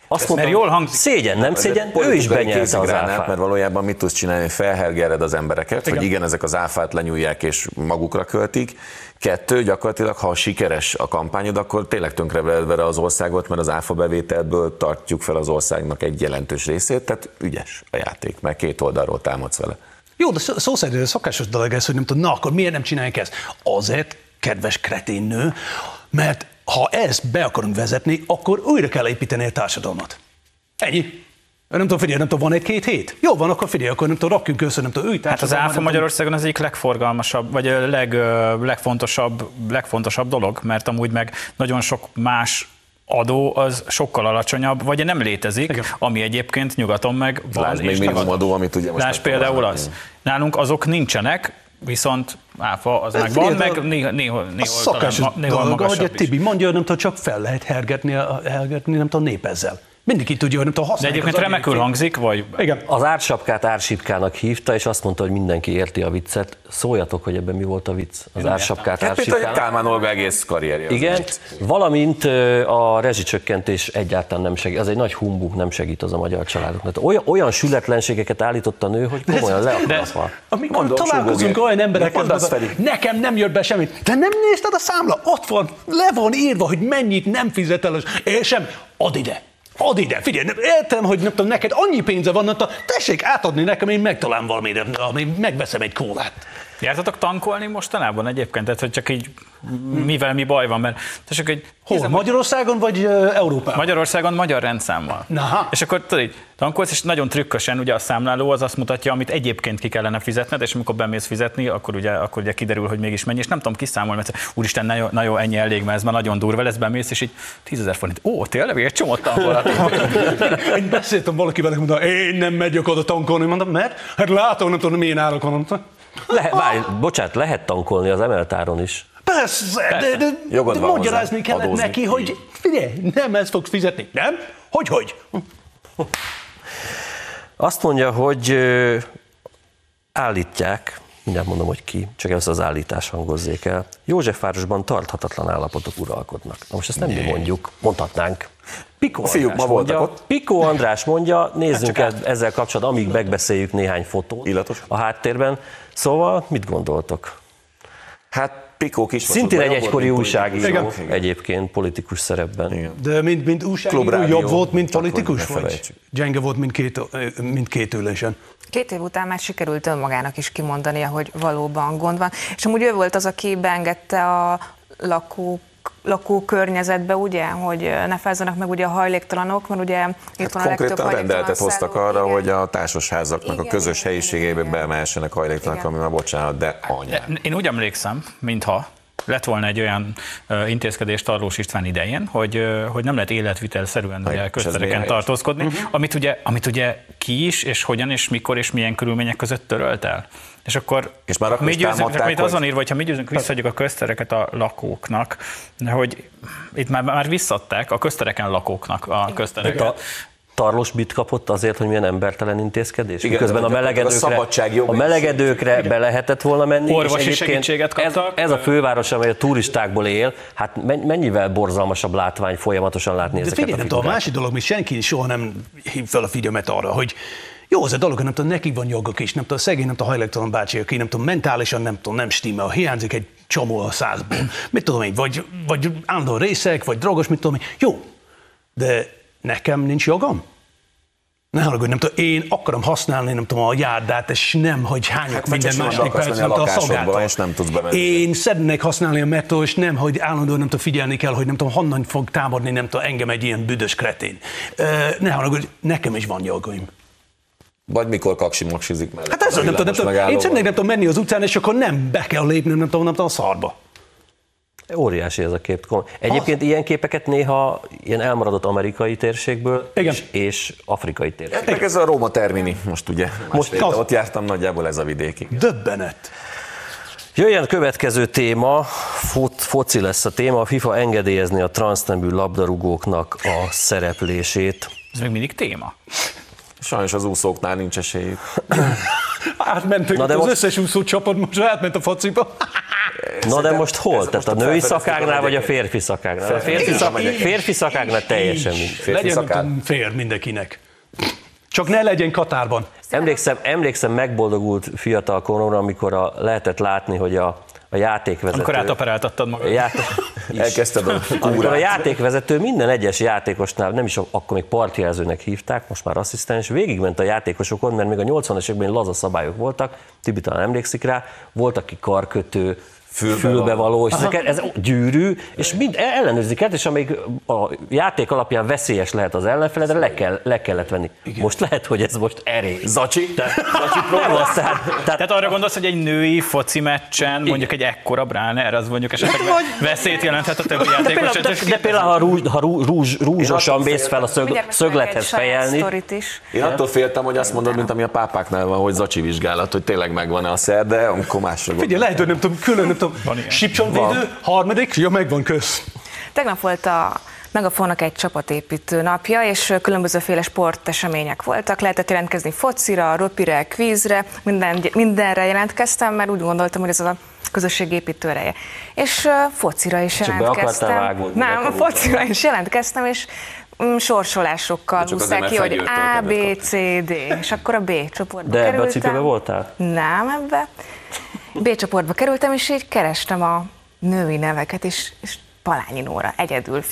Azt mondtam, jól hangzik. Szégyen, nem szégyen, ő is benyelte az áfát. Mert valójában mit tudsz csinálni, felhergered az embereket, hogy igen, ezek az áfát lenyúlják és magukra költik. 2, gyakorlatilag, ha sikeres a kampányod, akkor tényleg tönkreveled vele az országot, mert az áfa bevételből tartjuk fel az országnak egy jelentős részét, tehát ügyes a játék, mert 2 oldalról támadsz vele. Jó, de szó szerint szokásos dolog ez, hogy nem tudom, na akkor miért nem csinálják ezt? Azért, kedves kretén nő, mert ha ezt be akarunk vezetni, akkor újra kell építeni a társadalmat. Ennyi. Nem tudom, figyelj, nem tudom, van 1-2 hét? Jó van, akkor figyelj, akkor nem tudom, rakjunk össze, nem tudom, Hát az áfa Magyarországon az egyik legforgalmasabb, vagy a legfontosabb dolog, mert amúgy meg nagyon sok más adó az sokkal alacsonyabb, vagy nem létezik, igen. Ami egyébként nyugaton meg van. Lásd még minimumadó, amit ugye most... Lásd például az. Nálunk azok nincsenek, viszont áfa az meg van, meg néhol dolog, ahogy a Tibi mondja, nem tudom, csak fel lehet hergetni, nem tudom, népezzel. Mindenki tudja, hogy nem tudom használni. De egyébként remekül hangzik, vagy... Igen. Az ársapkát ársipkának hívta, és azt mondta, hogy mindenki érti a viccet. Szóljatok, hogy ebben mi volt a vicc. Az ársapkát ársipkának. Hát Kálmán Olga egész karrierje. Igen, valamint a rezsicsökkentés egyáltalán nem segít. Az egy nagy humbug, nem segít az a magyar családoknak. Olyan sületlenségeket állított a nő, hogy komolyan le akar. Amikor találkozunk olyan emberekkel, nekem nem jött be semmit. De nem nézted a számla? Ott van, le van írva, hogy mennyit nem fizet el, és sem ad ide. Add ide, figyelj, értem, hogy nem tudom, neked annyi pénze van, tessék átadni nekem, én megtalálom valamire, megveszem egy kólát. Jártatok tankolni mostanában egyébként? Tehát, hogy csak így mivel mi baj van, mert tessék, hogy... Hol, Magyarországon vagy Európában? Magyarországon magyar rendszámmal. Aha. És akkor tudod, tankolsz, és nagyon trükkösen ugye a számláló az azt mutatja, amit egyébként ki kellene fizetned, és amikor bemész fizetni, akkor ugye kiderül, hogy mégis mennyi, és nem tudom kiszámolni, mert úristen, na jó, ennyi elég, mert ez már nagyon durva lesz, bemész, és így 10 000 forint. Ó, tényleg, egy csomót tankolhatok. Én beszéltem valakivel, mondta, én nem megyek oda tankolni, mondtam, mert hát látom, nem tudom, milyen árak van. Bocsánat, lehet tankolni az emeltáron is. Persze, de magyarázni kellett neki, hogy figyelj, nem ezt fogsz fizetni, nem? Hogy? Azt mondja, hogy állítják, mindjárt mondom, hogy ki, csak ez az állítás hangozzék el. Józsefvárosban tarthatatlan állapotok uralkodnak. Na most ezt nem mi mondjuk, mondhatnánk. Pikó András mondja, nézzünk ezzel kapcsolatban, amíg megbeszéljük néhány fotót a háttérben. Szóval mit gondoltok? Hát Pikó kis szintén egy egykori újságíró egyébként politikus szerepben. Igen. De mint újságíró jobb volt, mint politikus? Vagy gyenge volt mindkét ülésen? 2 év után már sikerült önmagának is kimondania, hogy valóban gond van. És amúgy ő volt az, aki beengedte a lakókörnyezetbe, ugye, hogy ne fázzanak meg ugye a hajléktalanok, mert ugye itt van a legtöbb konkrétan rendeletet hoztak arra, hogy a társasházaknak a közös helyiségébe beemelhessenek hajléktalanok, ami már bocsánat, de anyám. Én úgy emlékszem, mintha lett volna egy olyan intézkedés Tarlós István idején, hogy nem lehet életvitelszerűen ugye köztereken tartózkodni, amit ugye ki is, és hogyan, és mikor, és milyen körülmények között törölt el. És akkor mi győzünk, azon írva, hogyha mi győzünk, visszaadjuk a köztereket a lakóknak, hogy itt már visszadták a köztereken lakóknak a köztereket. Tarlós mit kapott azért, hogy milyen embertelen intézkedés? Igen, miközben a melegedőkre be lehetett volna menni. Orvosi segítséget kaptak. Ez a főváros, amely a turistákból él, hát mennyivel borzalmasabb látvány folyamatosan látni ezeket a figurát. A másik dolog, mi senki soha nem hív fel a figyelmet arra, hogy jó, az a dolog, nem tudom, neki van jogok is, nem tudom, szegény, nem tudom, hajléktalan bácsi, aki nem tudom, mentálisan nem stimmel, hiányzik egy csomó a 100-ból, mit tudom én, vagy állandó részek, vagy drogos, mit tudom én. Jó, de nekem nincs jogom? Ne haragudj, nem tudom, én akarom használni, nem tudom, a járdát, és nem, hogy hányok minden második percben a szolgáltat. És nem tudsz bemenni. Én szeretnék használni a metró, és nem, hogy állandóan nem tudom, figyelni kell, hogy nem tudom, honnan fog támadni, nem tudom, engem egy ilyen büdös kretén. Ne haragudj, nekem is van jogaim. Vagy mikor kaksi-maksizik mellett. Hát ez nem tudom, én szeretnék nem tudom menni az utcán, és akkor nem be kell lépni, nem tudom, a szarba. Óriási ez a kép. Egyébként ilyen képeket néha ilyen elmaradott amerikai térségből és afrikai térségből. Meg ez a Róma Termini, most ugye. Ott jártam nagyjából ez a vidékig. Döbbenet. Jöjjön következő téma, foci lesz a téma, a FIFA engedélyezni a transznemű labdarúgóknak a szereplését. Ez még mindig téma. Sajnos az úszóknál nincs esélyük. Átmentek az összes úszó csapat, most átment a fociba. Na de most hol? Tehát a női szakágnál, vagy a férfi szakágnál? A férfi szakágnál teljesen mindegy. Legyen, nem tudom, fér mindenkinek. Csak ne legyen Katárban. Emlékszem megboldogult fiatal koromra, amikor lehetett látni, hogy a játékvezető... Amikor átoperáltattad magad. Elkezdted a amikor a játékvezető minden egyes játékosnál, nem is akkor még partjelzőnek hívták, most már asszisztens, végigment a játékosokon, mert még a 80-as években laza szabályok voltak, Tibi talán emlékszik rá, volt, aki karkötő, fülbevaló, és ez gyűrű, és mind ellenőrzik el, és amíg a játék alapján veszélyes lehet az ellenfeledre, le kellett venni. Igen. Most lehet, hogy ez most erély. Zacsi? Tehát arra gondolsz, hogy egy női foci meccsen mondjuk egy ekkora Bráner, az mondjuk esetleg veszélyt jelenthet a többi játékos. De például, ha rúzsosan mész fel a szöglethez fejelni. Én attól féltem, hogy azt mondod, mint ami a pápáknál van, hogy zacsi vizsgálat, hogy tényleg megvan-e a szer, de amikor másra figyelj, lehet, hogy nem tudom, külön Sipcsonvédő, harmadik, ja, megvan, kösz. Tegnap volt a Megafonnak egy csapatépítő napja, és különbözőféle sportesemények voltak. Lehetett jelentkezni focira, röpire, kvízre, mindenre jelentkeztem, mert úgy gondoltam, hogy ez a közösségépítő ereje. És focira is jelentkeztem. Nem, focira is jelentkeztem, és sorsolásokkal húzták ki, hogy A, B, C, D, és akkor a B csoportba kerültem. De ebbe a cipőbe voltál? Nem, ebbe. B csoportba kerültem, és így kerestem a női neveket, és Palányi Nóra, egyedül,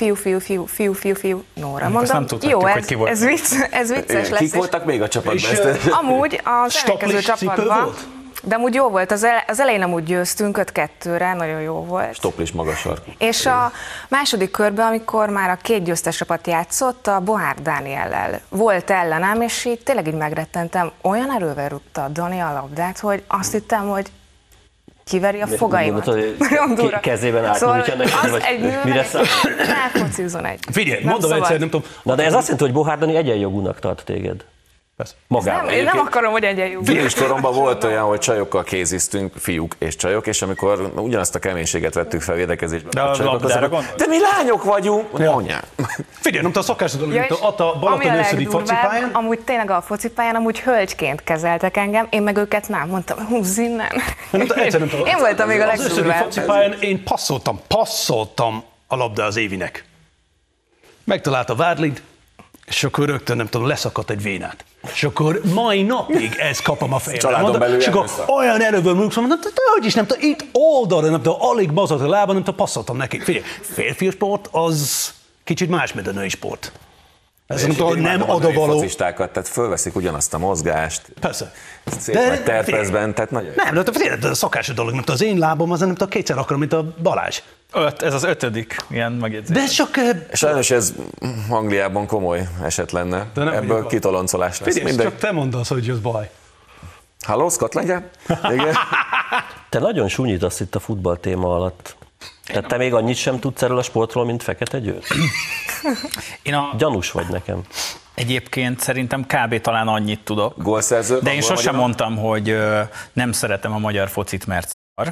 fiú, Nóra. Mondom, jó, ez vicces lesz. Kik voltak még a csapatban? Amúgy az ellenkező csapatban, de amúgy jó volt, az elején amúgy győztünk 5-2-re, nagyon jó volt. Stoplis magas sarkú. És a második körben, amikor már a két győztes csapat játszott, a Bohár Dániellel volt ellenem, és így tényleg így megrettentem, olyan erővel rúgta Dani a labdát, hogy azt hittem, hogy kiveri a fogaimat. Kezében átnyújtja neki, vagy mire számít? Elfocizzon egy. Figyelj, mondom egyszer, nem tudom. Na de ez azt jelenti, hogy Bohár Dani egyenjogúnak tart téged. Magában. Én nem akarom, hogy egyenjogú. Fiús koromban volt olyan, hogy csajokkal kéziztünk, fiúk és csajok, és amikor ugyanazt a keménységet vettük fel védekezésben. De a labdára gondolsz? De mi lányok vagyunk! Ja. Anyám. Figyelj, nem tudom, a szokásodon, mint a Balaton őszödi focipályán. Amúgy tényleg a focipályán amúgy hölgyként kezeltek engem, én meg őket nem, mondtam, húzz innen. Én voltam még a legdurvább. Az őszödi focipályán én passzoltam a labda az Évinek. Megtalálta Várlid, és akkor rögtön, nem tudom, leszakadt egy vénát. És akkor mai napig ezt kapom a fejembe. És akkor olyan erőből mondom, hogy is nem tudom, itt oldalra, nem tudom, alig bazott a lába, nem tudom, passzoltam neki. Figyelj, férfi sport az kicsit más, mint a női sport. Ez nem odavaló. Focistákat, tehát fölveszik ugyanazt a mozgást. Persze. Szép nagy terpezben, tehát nagyon... Nem, de szokásos dolog, mint az én lábam, az nem tudom, kétszer akarom, mint a Balázs. Ez az 5. ilyen megjegyzés. De csak... Sajnos ez Angliában komoly eset lenne. Ebből kitoloncolás lesz. Figyelj, csak te mondasz, hogy ez baj. Halló, Scotland? Igen. Te nagyon súnyítasz itt a futball téma alatt. Tehát te még annyit sem tudsz erről a sportról, mint Fekete Győr? Gyanús vagy nekem. Egyébként szerintem kb. Talán annyit tudok. Gólszerző. De én sosem mondtam, hogy nem szeretem a magyar focit, mert szar.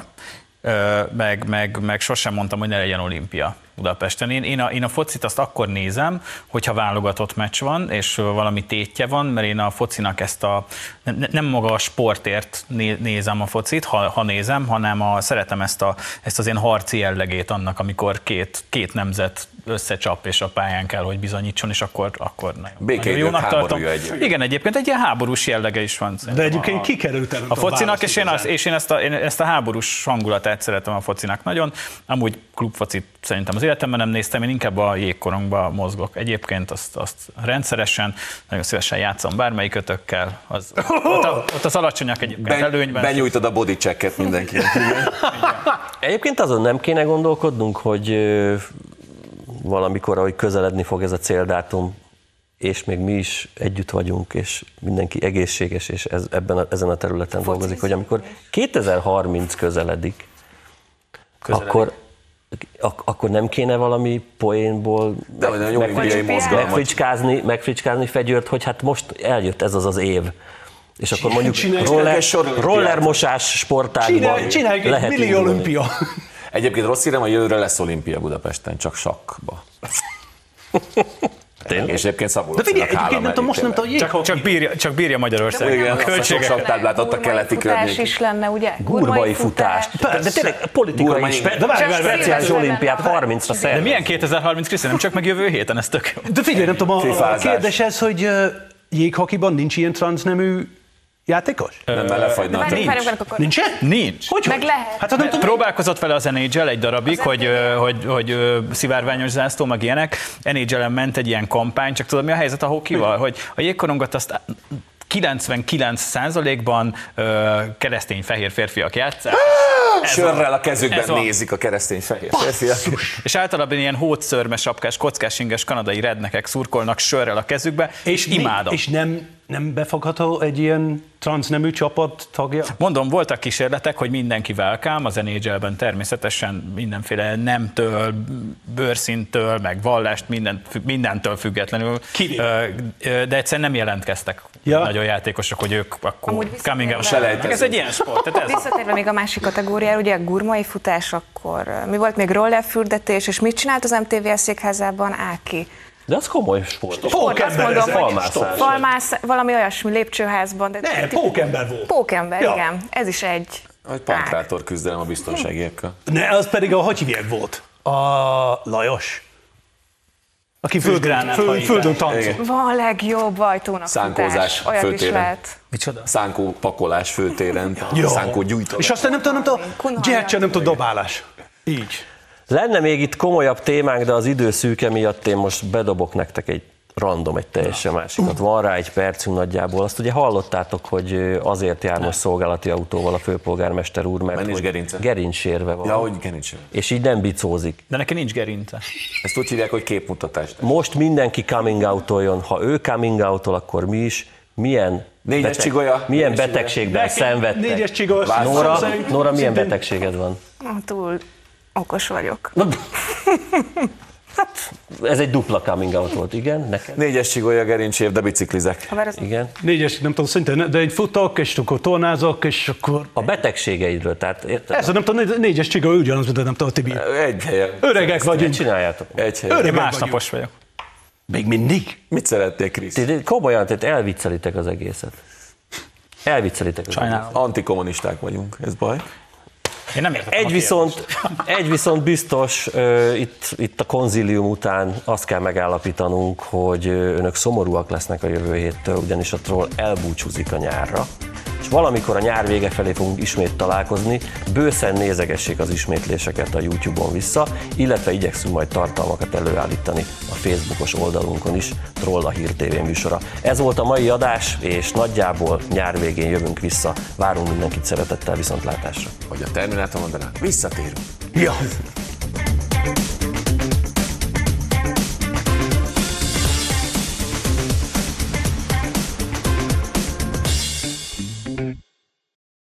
Meg sosem mondtam, hogy ne legyen olimpia Budapesten. Én a focit azt akkor nézem, hogyha válogatott meccs van, és valami tétje van, mert én a focinak nem maga a sportért nézem a focit, ha nézem, hanem szeretem ezt az ilyen harci jellegét annak, amikor két nemzet összecsap, és a pályán kell, hogy bizonyítson, és akkor nagyon jónak tartom. Igen, egyébként egy ilyen háborús jellege is van. De egyébként kikerült el a focinak, és én ezt a háborús hangulatát szeretem a focinak nagyon. Amúgy klubfocit szerintem az életemben nem néztem, én inkább a jégkorongba mozgok. Egyébként azt rendszeresen, nagyon szívesen játszom bármelyik ötökkel. Ott az alacsonyak egyébként előnyben. Benyújtod a bodychecket mindenkinek. Egyébként azon nem kéne gondolkodnunk, hogy valamikor, ahogy közeledni fog ez a céldátum, és még mi is együtt vagyunk, és mindenki egészséges, és ezen a területen dolgozik, hogy amikor 2030 közeledik, akkor nem kéne valami poénból megfricskázni Fegyőrt, hogy hát most eljött ez az év. És akkor mondjuk rollermosás sportágban lehet millió olimpia. Egyébként rossz hírem, a jövőre lesz olimpia Budapesten, csak sakkba. Tényleg? És egyébként Szabó De figyelj, Lacinak egyébként nem tudom, most nem tudom, Csak bírja Magyarország. Igen, a azt a sok költségeket. saptáblát ott a keleti futás környék. is lenne, ugye? Gurmai futás. De tényleg politikai Gurmai. speciális olimpiát 30-ra De szervez. milyen 2030, Krisztián? Nem csak meg jövő héten, ez tök jó. De figyelj, nem tudom, a Fifázás. kérdés ez, hogy jéghokiban nincs ilyen transznemű játékos? Nem belefagyna. Várjunk akkor. Nincsen? Nincs. Hogy? Meg lehet. Hát nem tudom. Próbálkozott vele az NHL egy darabig, hogy szivárványos zászló, meg ilyenek. NHL-en ment egy ilyen kampány, csak tudod mi a helyzet a hokival? Hogy a jégkorongot azt 99%-ban keresztény fehér férfiak játsszák. Sörrel a ez kezükben van. nézik a keresztény fehér férfiak. És általában ilyen hótszörmes, sapkás, kockás-inges kanadai rednekek szurkolnak sörrel a kezükbe, és imádom. És nem befogható egy ilyen transznemű csapat tagja? Mondom, voltak kísérletek, hogy mindenki welcome, az NHL-ben természetesen mindenféle nemtől, bőrszintől, meg vallást, mindentől függetlenül, de egyszerűen nem jelentkeztek nagyon játékosok, hogy ők akkor Amúgy coming out. visszatérve- Ez egy ilyen sport. Tehát ez. Visszatérve még a másik kategóriára, ugye a gurmai futás, akkor mi volt még rollerfürdetés, és mit csinált az MTV székházában Áki? De az komoly sport. Azt mondom, hogy Falmászás. valami olyasmi lépcsőházban. De Nem, pókember volt. Pókember, Ja. igen. Ez is egy Hogy pankrátor küzdelem a biztonságiakkal. Ne, az pedig a hogy hívják volt? A Lajos. Aki földön tancol. van a legjobb ajtónak Szánkózás futás. Olyat is főtéren. lehet. Micsoda? Szánkó pakolás főtéren, Jó. szánkó gyújtolás. És aztán nem tudom, Kunhalja. gyertya, nem tudom, dobálás. Így. Lenne még itt komolyabb témánk, de az idő szűke miatt én most bedobok nektek egy random, egy teljesen másikat. Van rá egy percünk nagyjából. Azt ugye hallottátok, hogy azért jár most szolgálati autóval a főpolgármester úr, mert Nincs hogy gerince. gerincsérve van. Ja, hogy gerincső. És így nem bicózik. De neki nincs gerince. Ezt úgy hívják, hogy képmutatás. Most mindenki coming out-oljon. Ha ő coming out-ol, akkor mi is. Milyen Csigolya. milyen Négyes betegségben szenvedtek? Négyes csigolya. Nora, milyen betegséged van? Túl okos vagyok. Ez egy dupla coming out volt, igen? Neked? Négyes csigolya gerincsév, de biciklizek. Haver, az Igen. Négyes, nem tudom, szintén, de egy futok, és akkor tornázok, és akkor... A betegségeidről, tehát érted? Ez nem tudom, négyes csigolya ugyanaz, mint nem tudom, Tibi. Egy helyen. Öregek Mit vagyunk. csináljátok? Egy helyen. Én Öregek másnapos vagyok. Még mindig? Mit szeretnél, Krisz? Ti komolyan, tehát elviccelitek az egészet. Elviccelitek az egészet. Sajnálom. Antikommunisták vagyunk, ez baj. Én nem értettem Egy viszont biztos, itt a konzílium után azt kell megállapítanunk, hogy önök szomorúak lesznek a jövő héttől, ugyanis a troll elbúcsúzik a nyárra. És valamikor a nyár vége felé fogunk ismét találkozni, bőszen nézegessék az ismétléseket a YouTube-on vissza, illetve igyekszünk majd tartalmakat előállítani a Facebookos oldalunkon is, Troll a Hír TV műsora. Ez volt a mai adás, és nagyjából nyár végén jövünk vissza. Várunk mindenkit szeretettel, viszontlátásra. Hogy a Terminátor mondaná, visszatérünk. Ja.